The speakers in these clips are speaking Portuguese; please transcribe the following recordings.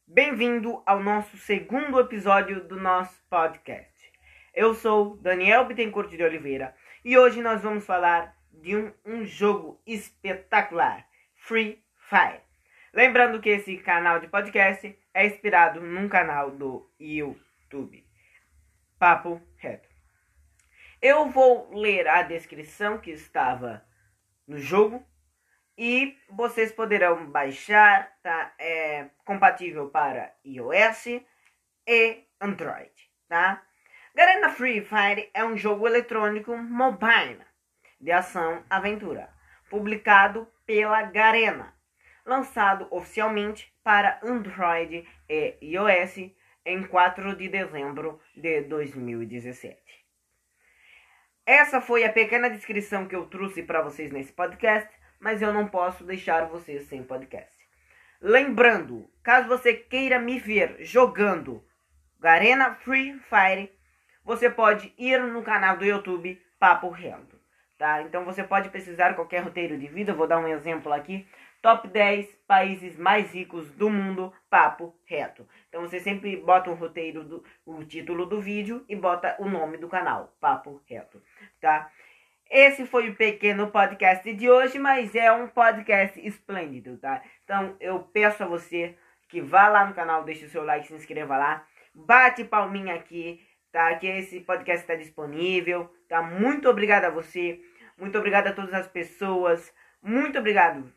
Bem-vindo ao nosso segundo episódio do nosso podcast. Eu sou Daniel Bittencourt de Oliveira e hoje nós vamos falar de um jogo espetacular, Free Fire. Lembrando que esse canal de podcast é inspirado num canal do YouTube, Papo Reto. Eu vou ler a descrição que estava no jogo e vocês poderão baixar, tá? É compatível para iOS e Android, tá? Garena Free Fire é um jogo eletrônico mobile de ação-aventura, publicado pela Garena, lançado oficialmente para Android e iOS em 4 de dezembro de 2017. Essa foi a pequena descrição que eu trouxe para vocês nesse podcast, mas eu não posso deixar vocês sem podcast. Lembrando, caso você queira me ver jogando Garena Free Fire, você pode ir no canal do YouTube Papo Reto, tá? Então você pode pesquisar qualquer roteiro de vida, eu vou dar um exemplo aqui, Top 10 países mais ricos do mundo, Papo Reto. Então você sempre bota o título do vídeo e bota o nome do canal, Papo Reto, tá? Esse foi o pequeno podcast de hoje, mas é um podcast esplêndido, tá? Então eu peço a você que vá lá no canal, deixe o seu like, se inscreva lá, bate palminha aqui, tá? Que esse podcast está disponível, tá? Muito obrigado a você, muito obrigado a todas as pessoas, muito obrigado.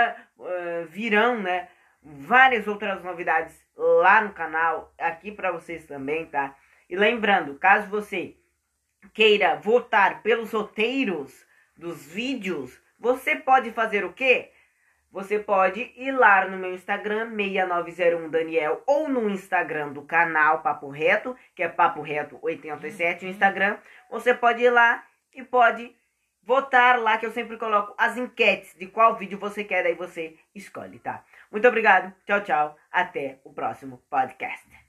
Virão, né, várias outras novidades lá no canal, aqui para vocês também, tá? E lembrando, caso você queira votar pelos roteiros dos vídeos, você pode fazer o quê? Você pode ir lá no meu Instagram, 6901 Daniel, ou no Instagram do canal Papo Reto, que é Papo Reto 87 no Instagram. Você pode ir lá e pode votar lá, que eu sempre coloco as enquetes de qual vídeo você quer, daí você escolhe, tá? Muito obrigado, tchau, tchau, até o próximo podcast.